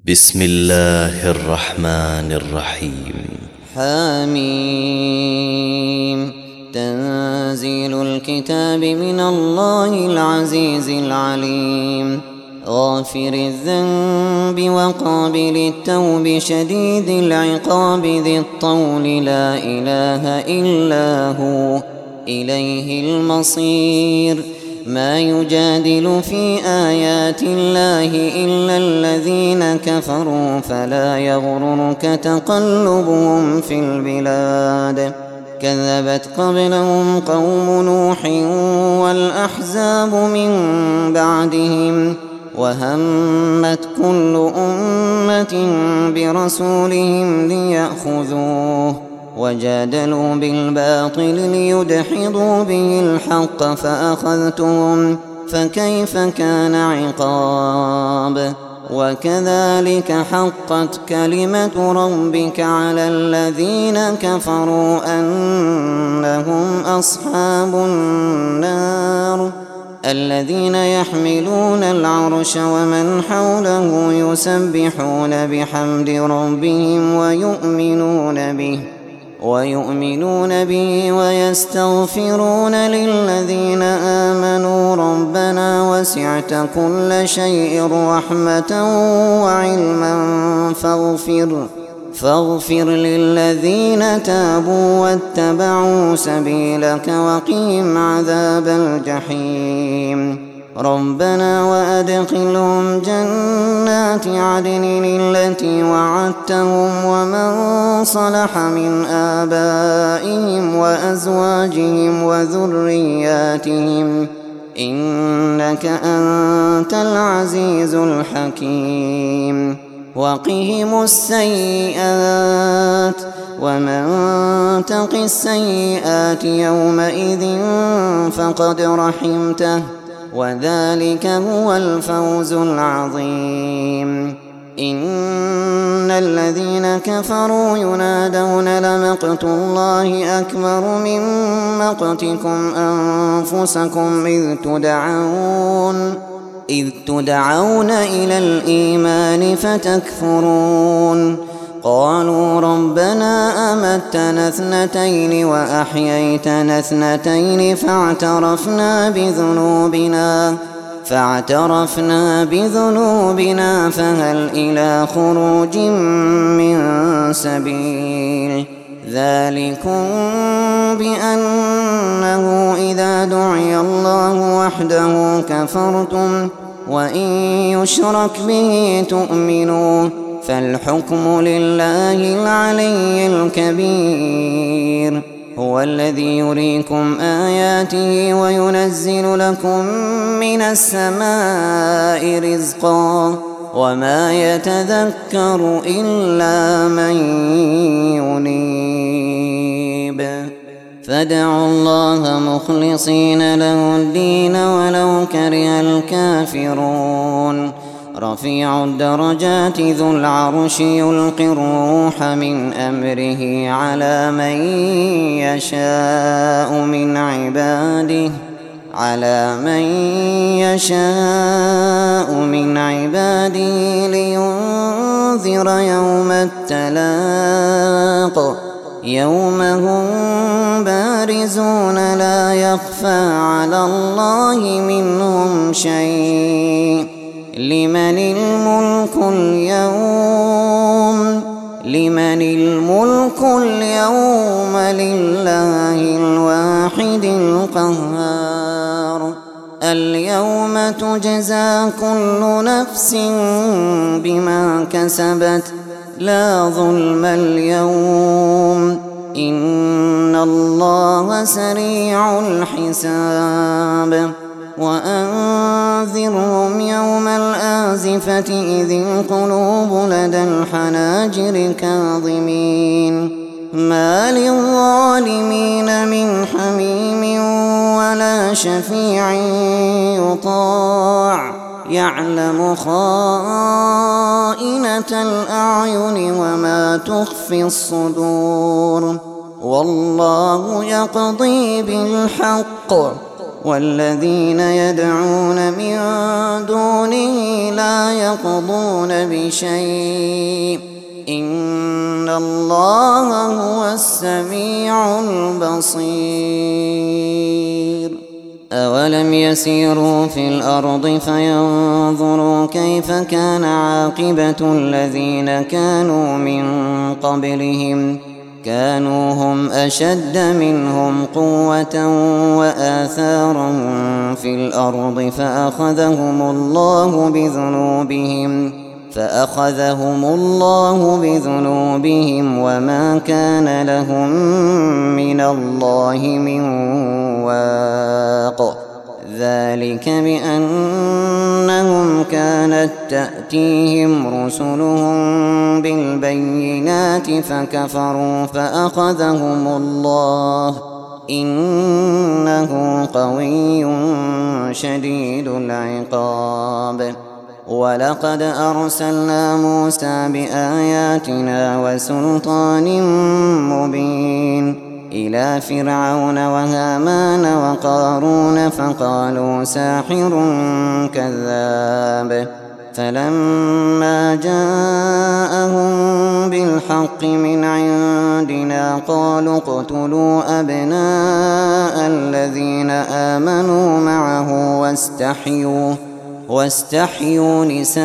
بسم الله الرحمن الرحيم. حميم. تنزيل الكتاب من الله العزيز العليم، غافر الذنب وقابل التوب شديد العقاب ذي الطول، لا إله إلا هو إليه المصير. ما يجادل في آيات الله إلا الذين كفروا، فلا يغررك تقلبهم في البلاد. كذبت قبلهم قوم نوح والأحزاب من بعدهم، وهمت كل أمة برسولهم ليأخذوه، وجادلوا بالباطل ليدحضوا به الحق فأخذتهم، فكيف كان عقاب. وكذلك حقت كلمة ربك على الذين كفروا أنهم أصحاب النار. الذين يحملون العرش ومن حوله يسبحون بحمد ربهم ويؤمنون به ويستغفرون للذين آمنوا ربنا وسعت كل شيء رحمة وعلما فاغفر للذين تابوا واتبعوا سبيلك وقهم عذاب الجحيم. ربنا وأدخلهم جنات عدن التي وعدتهم ومن صلح من آبائهم وأزواجهم وذرياتهم، إنك أنت العزيز الحكيم. وقهم السيئات، ومن تق السيئات يومئذ فقد رحمته، وذلك هو الفوز العظيم. إن الذين كفروا ينادون لمقت الله أكبر من مقتكم أنفسكم إذ تدعون إلى الإيمان فتكفرون. قالوا ربنا أمتنا اثنتين وأحييتنا اثنتين فاعترفنا بذنوبنا فهل إلى خروج من سبيل. ذلكم بأنه إذا دعي الله وحده كفرتم، وإن يشرك به تؤمنوا، فالحكم لله العلي الكبير. هو الذي يريكم آياته وينزل لكم من السماء رزقا، وما يتذكر إلا من ينيب. فادعوا الله مخلصين له الدين ولو كره الكافرون. رفيع الدرجات ذو العرش يلقي الروح من أمره على من يشاء من عباده لينذر يوم التلاق، يوم هم بارزون لا يخفى على الله منهم شيء. لمن الملك اليوم لله الواحد القهار. اليوم تجزى كل نفس بما كسبت، لا ظلم اليوم، إن الله سريع الحساب. وأنذرهم يوم الآزفة إذ القلوب لدى الحناجر كاظمين، ما للظالمين من حميم ولا شفيع يطاع، يعلم خائنة الأعين وما تخفي الصدور. والله يقضي بالحق والذين يدعون من دونه لا يقضون بشيء إن الله هو السميع البصير أولم يسيروا في الأرض فينظروا كيف كان عاقبة الذين كانوا من قبلهم كانوا هم أشد منهم قوة وآثارا في الأرض فأخذهم الله بذنوبهم وما كان لهم من الله من واق ذلك بأنهم كانت تأتيهم رسلهم بالبينات فكفروا فأخذهم الله إنه قوي شديد العقاب ولقد أرسلنا موسى بآياتنا وسلطان مبين إلى فرعون وهامان وقارون فقالوا ساحر كذاب فلما جاءهم بالحق من عندنا قالوا اقتلوا أبناء الذين آمنوا معه واستحيوا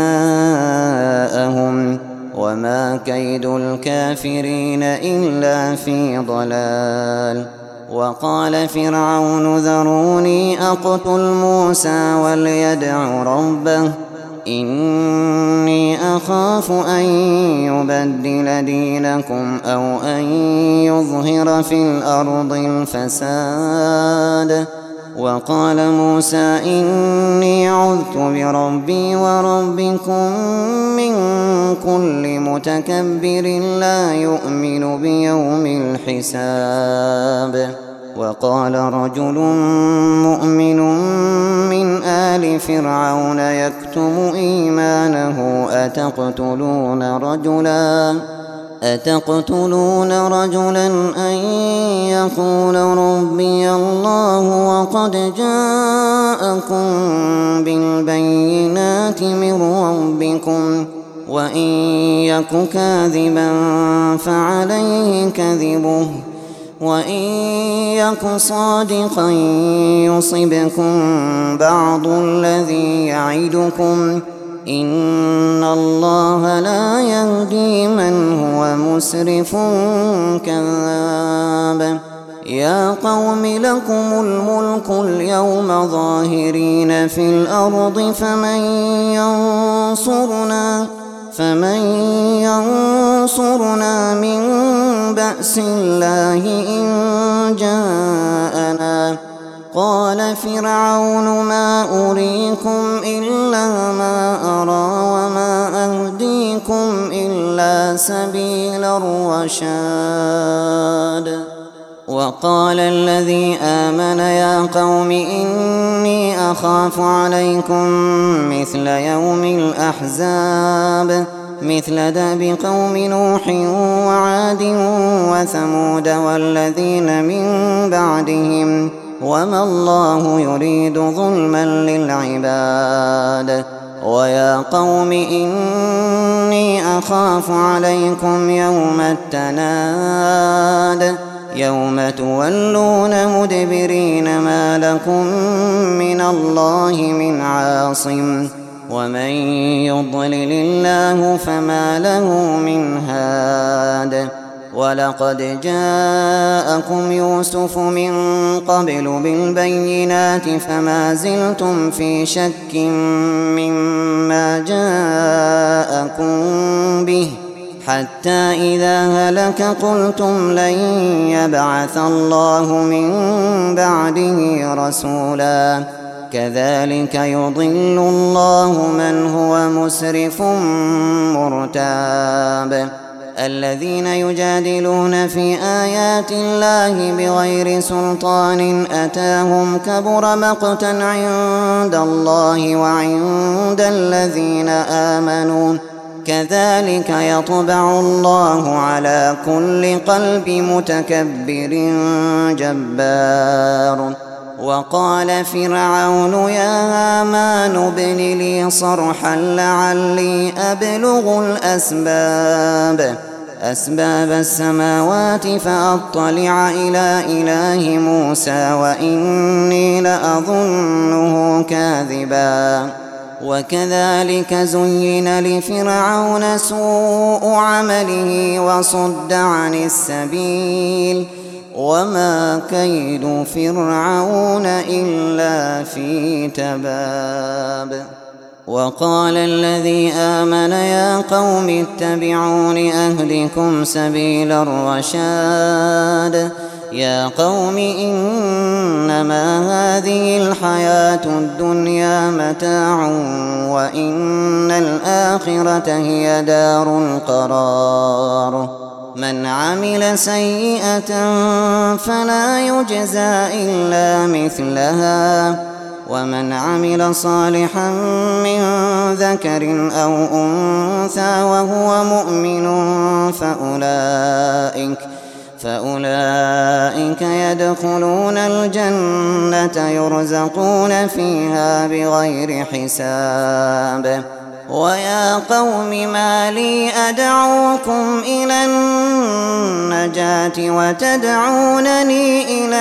نساءهم وما كيد الكافرين إلا في ضلال وقال فرعون ذروني أقتل موسى وليدع ربه إني أخاف أن يبدل دينكم أو أن يظهر في الأرض الفساد وقال موسى إني عذت بربي وربكم من كل متكبر لا يؤمن بيوم الحساب وقال رجل مؤمن من آل فرعون يكتم إيمانه أتقتلون رجلا أن يقول ربي الله وقد جاءكم بالبينات من ربكم وإن يك كاذبا فعليه كذبه وإن يك صادقا يصبكم بعض الذي يعدكم إن الله لا يهدي من هو مسرف كذاب يا قوم لكم الملك اليوم ظاهرين في الأرض فمن ينصرنا من بأس الله إن جاءنا قال فرعون ما أريكم إلا ما أرى وما أهديكم إلا سبيل الرشاد وقال الذي آمن يا قوم إني أخاف عليكم مثل يوم الأحزاب مثل دأب قوم نوح وعاد وثمود والذين من بعدهم وما الله يريد ظلما للعباد ويا قوم إني أخاف عليكم يوم التناد يوم تولون مدبرين ما لكم من الله من عاصم ومن يضلل الله فما له من هاد ولقد جاءكم يوسف من قبل بالبينات فما زلتم في شك مما جاءكم به حتى إذا هلك قلتم لن يبعث الله من بعده رسولا كذلك يضل الله من هو مسرف مرتاب الذين يجادلون في آيات الله بغير سلطان أتاهم كبر مقتا عند الله وعند الذين آمنوا كذلك يطبع الله على كل قلب متكبر جبار وقال فرعون يا هامان ابن لي صرحا لعلي أبلغ أسباب السماوات فأطلع إلى إله موسى وإني لأظنه كاذبا. وكذلك زين لفرعون سوء عمله وصد عن السبيل وما كيد فرعون إلا في تباب. وقال الذي آمن يا قوم اتبعون أهدكم سبيل الرشاد. يا قوم إنما هذه الحياة الدنيا متاع وإن الآخرة هي دار القرار. من عمل سيئة فلا يجزى إلا مثلها ومن عمل صالحا من ذكر أو أنثى وهو مؤمن فأولئك يدخلون الجنة يرزقون فيها بغير حساب. ويا قوم ما لي أدعوكم إلى النجاة وتدعونني إلى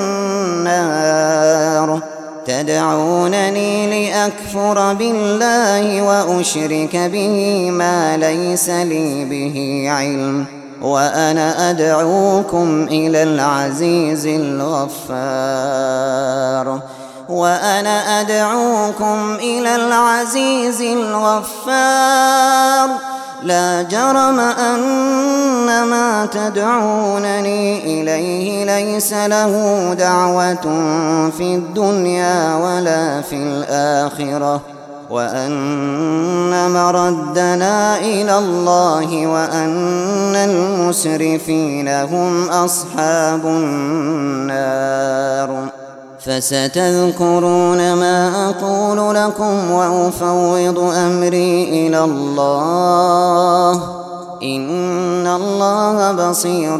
النار تدعونني لأكفر بالله وأشرك به ما ليس لي به علم وأنا أدعوكم إلى العزيز الغفار. لا جرم أن ما تدعونني إليه ليس له دعوة في الدنيا ولا في الآخرة وأن مردنا إلى الله وأن المسرفين هم أصحاب النار. فستذكرون ما أقول لكم وأفوض أمري إلى الله إن الله بصير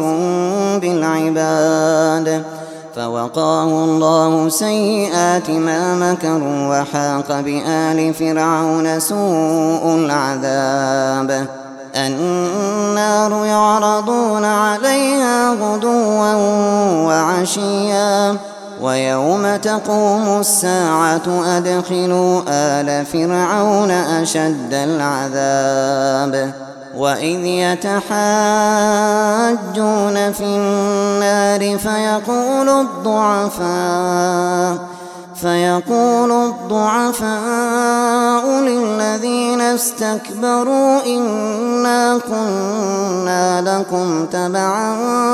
بالعباد. فوقاه الله سيئات ما مكروا وحاق بآل فرعون سوء العذاب. النار يعرضون عليها غدوا وعشيا ويوم تقوم الساعة أدخلوا آل فرعون أشد العذاب. وإذ يتحاجون في النار فيقول الضعفاء للذين استكبروا إنا كنا لكم تبعا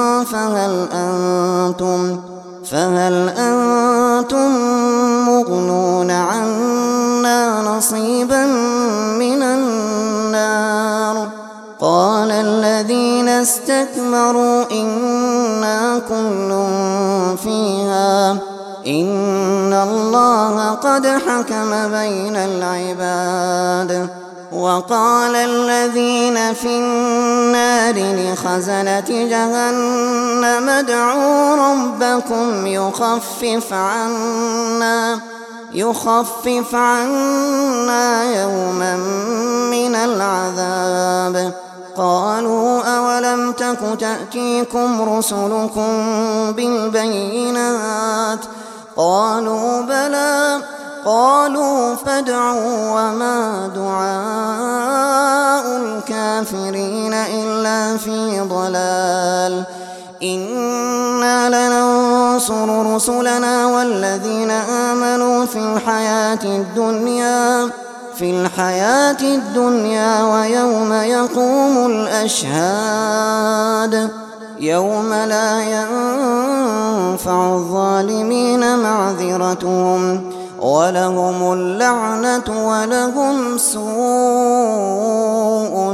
فهل أنتم مغنون عنا نصيبا من النار. قال الذين استكبروا إنا كل فيها إن الله قد حكم بين العباد. وقال الذين في النار لخزنة جهنم ادعوا ربكم يخفف عنا يوما من العذاب. قالوا أولم تك تأتيكم رسلكم بالبينات قالوا بلى قالوا فادعوا وما دعاء الكافرين إلا في ضلال. إنا لننصر رسلنا والذين آمنوا في الحياة الدنيا ويوم يقوم الأشهاد يوم لا ينفع الظالمين معذرتهم ولهم اللعنة ولهم سوء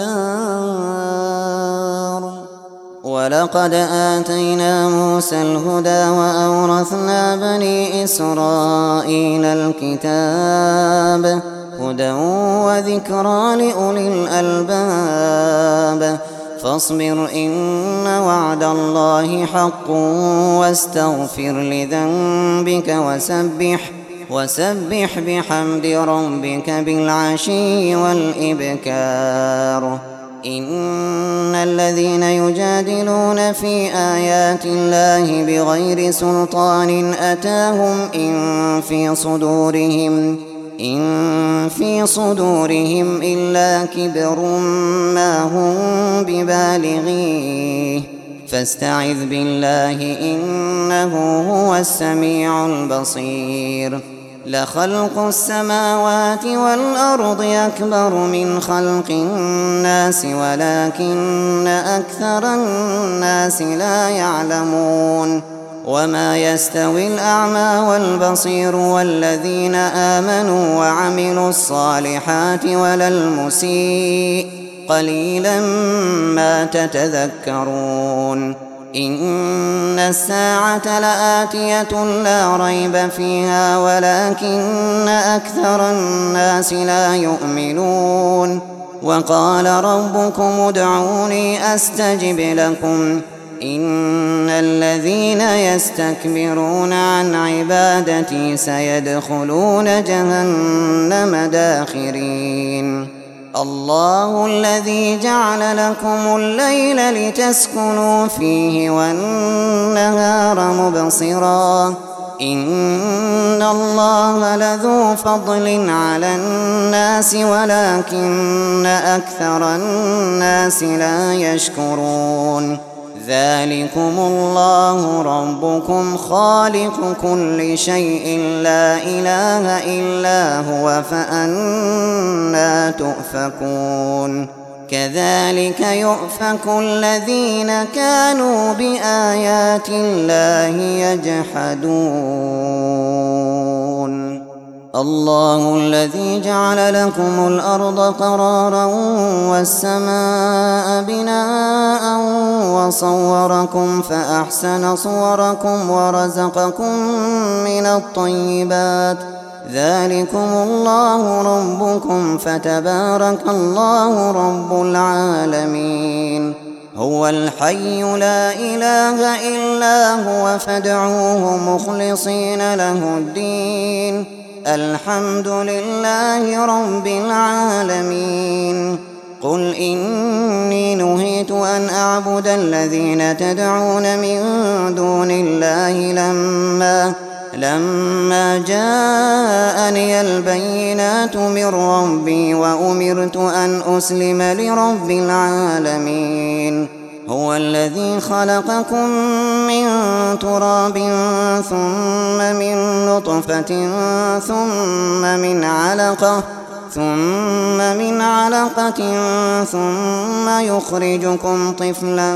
الدار. ولقد آتينا موسى الهدى وأورثنا بني إسرائيل الكتاب هدى وذكرى لأولي الألباب. فاصبر إن وعد الله حق واستغفر لذنبك وسبح بحمد ربك بالعشي والإبكار. إن الذين يجادلون في آيات الله بغير سلطان أتاهم إن في صدورهم إلا كبر ما هم ببالغيه فاستعذ بالله إنه هو السميع البصير. لخلق السماوات والأرض أكبر من خلق الناس ولكن أكثر الناس لا يعلمون. وما يستوي الأعمى والبصير والذين آمنوا وعملوا الصالحات ولا المسيء قليلا ما تتذكرون. إن الساعة لآتية لا ريب فيها ولكن أكثر الناس لا يؤمنون. وقال ربكم ادعوني أستجب لكم إن الذين يستكبرون عن عبادتي سيدخلون جهنم داخرين. الله الذي جعل لكم الليل لتسكنوا فيه والنهار مبصرا إن الله لذو فضل على الناس ولكن أكثر الناس لا يشكرون. ذلكم الله ربكم خالق كل شيء لا إله إلا هو فأنى تؤفكون. كذلك يؤفك الذين كانوا بآيات الله يجحدون. الله الذي جعل لكم الأرض قرارا والسماء بناء وصوركم فأحسن صوركم ورزقكم من الطيبات ذلكم الله ربكم فتبارك الله رب العالمين. هو الحي لا إله إلا هو فادعوه مخلصين له الدين الحمد لله رب العالمين. قل إني نهيت أن أعبد الذين تدعون من دون الله لما جاءني البينات من ربي وأمرت أن أسلم لرب العالمين. هو الذي خلقكم من تراب ثم من نطفة ثم من علقة ثم يخرجكم طفلا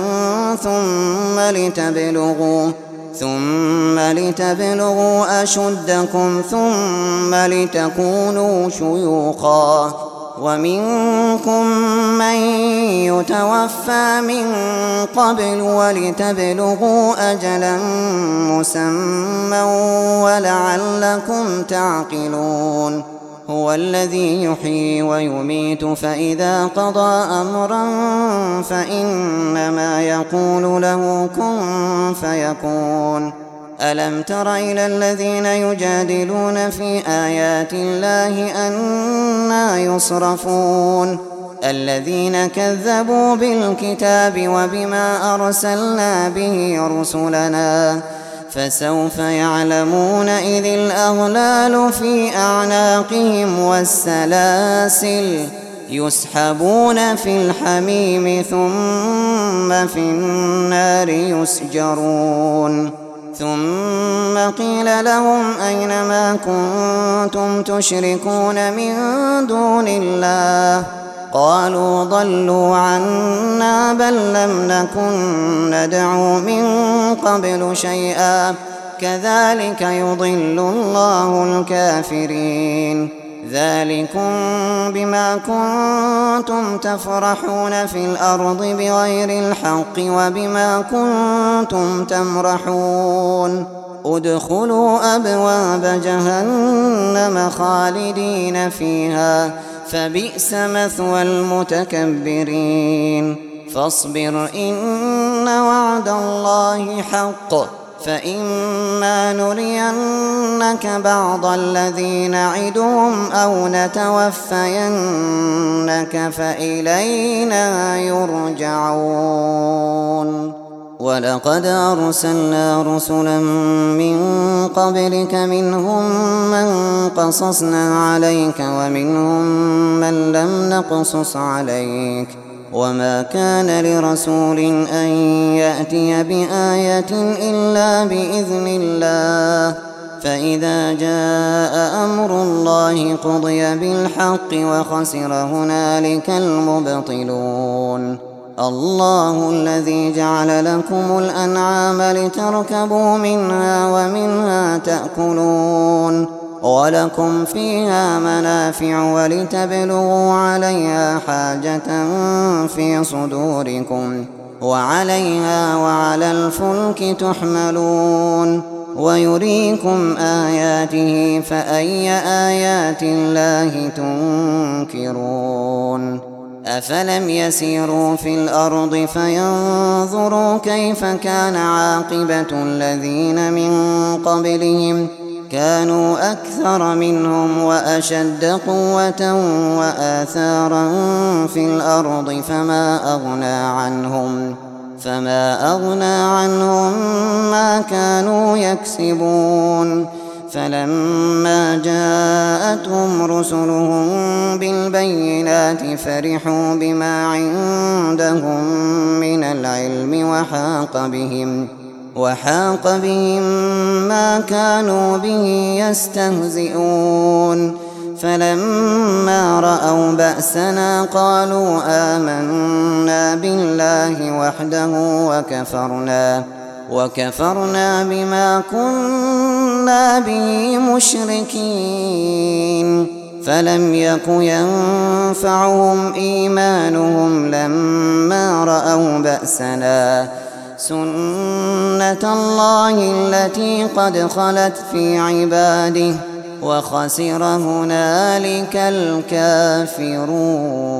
ثم لتبلغوا أشدكم ثم لتكونوا شيوخا ومنكم من يتوفى من قبل ولتبلغوا أجلا مسمى ولعلكم تعقلون. هو الذي يحيي ويميت فإذا قضى أمرا فإنما يقول له كن فيكون. ألم تر إلى الذين يجادلون في آيات الله أنى يصرفون الذين كذبوا بالكتاب وبما أرسلنا به رسلنا فسوف يعلمون إذ الأغلال في أعناقهم والسلاسل يسحبون في الحميم ثم في النار يسجرون. ثم قيل لهم أين ما كنتم تشركون من دون الله قالوا ضلوا عنا بل لم نكن ندعو من قبل شيئا كذلك يضل الله الكافرين. ذلكم بما كنتم تفرحون في الأرض بغير الحق وبما كنتم تمرحون. ادخلوا أبواب جهنم خالدين فيها فبئس مثوى المتكبرين. فاصبر إن وعد الله حق فإما نرينك بعض الذي نعدهم أو نتوفينك فإلينا يرجعون ولقد أرسلنا رسلا من قبلك منهم من قصصنا عليك ومنهم من لم نقصص عليك وما كان لرسول أن يأتي بآية إلا بإذن الله فإذا جاء أمر الله قضي بالحق وخسر هنالك المبطلون الله الذي جعل لكم الأنعام لتركبوا منها ومنها تأكلون ولكم فيها منافع ولتبلغوا عليها حاجة في صدوركم وعليها وعلى الفلك تحملون ويريكم آياته فأي آيات الله تنكرون أفلم يسيروا في الأرض فينظروا كيف كان عاقبة الذين من قبلهم كانوا أكثر منهم وأشد قوة وآثارا في الأرض فما أغنى عنهم ما كانوا يكسبون فلما جاءتهم رسلهم بالبينات فرحوا بما عندهم من العلم وحاق بهم ما كانوا به يستهزئون فلما رأوا بأسنا قالوا آمنا بالله وحده وكفرنا بما كنا به مشركين فلم يك ينفعهم إيمانهم لما رأوا بأسنا سنة الله التي قد خلت في عباده وخسر هنالك الكافرون.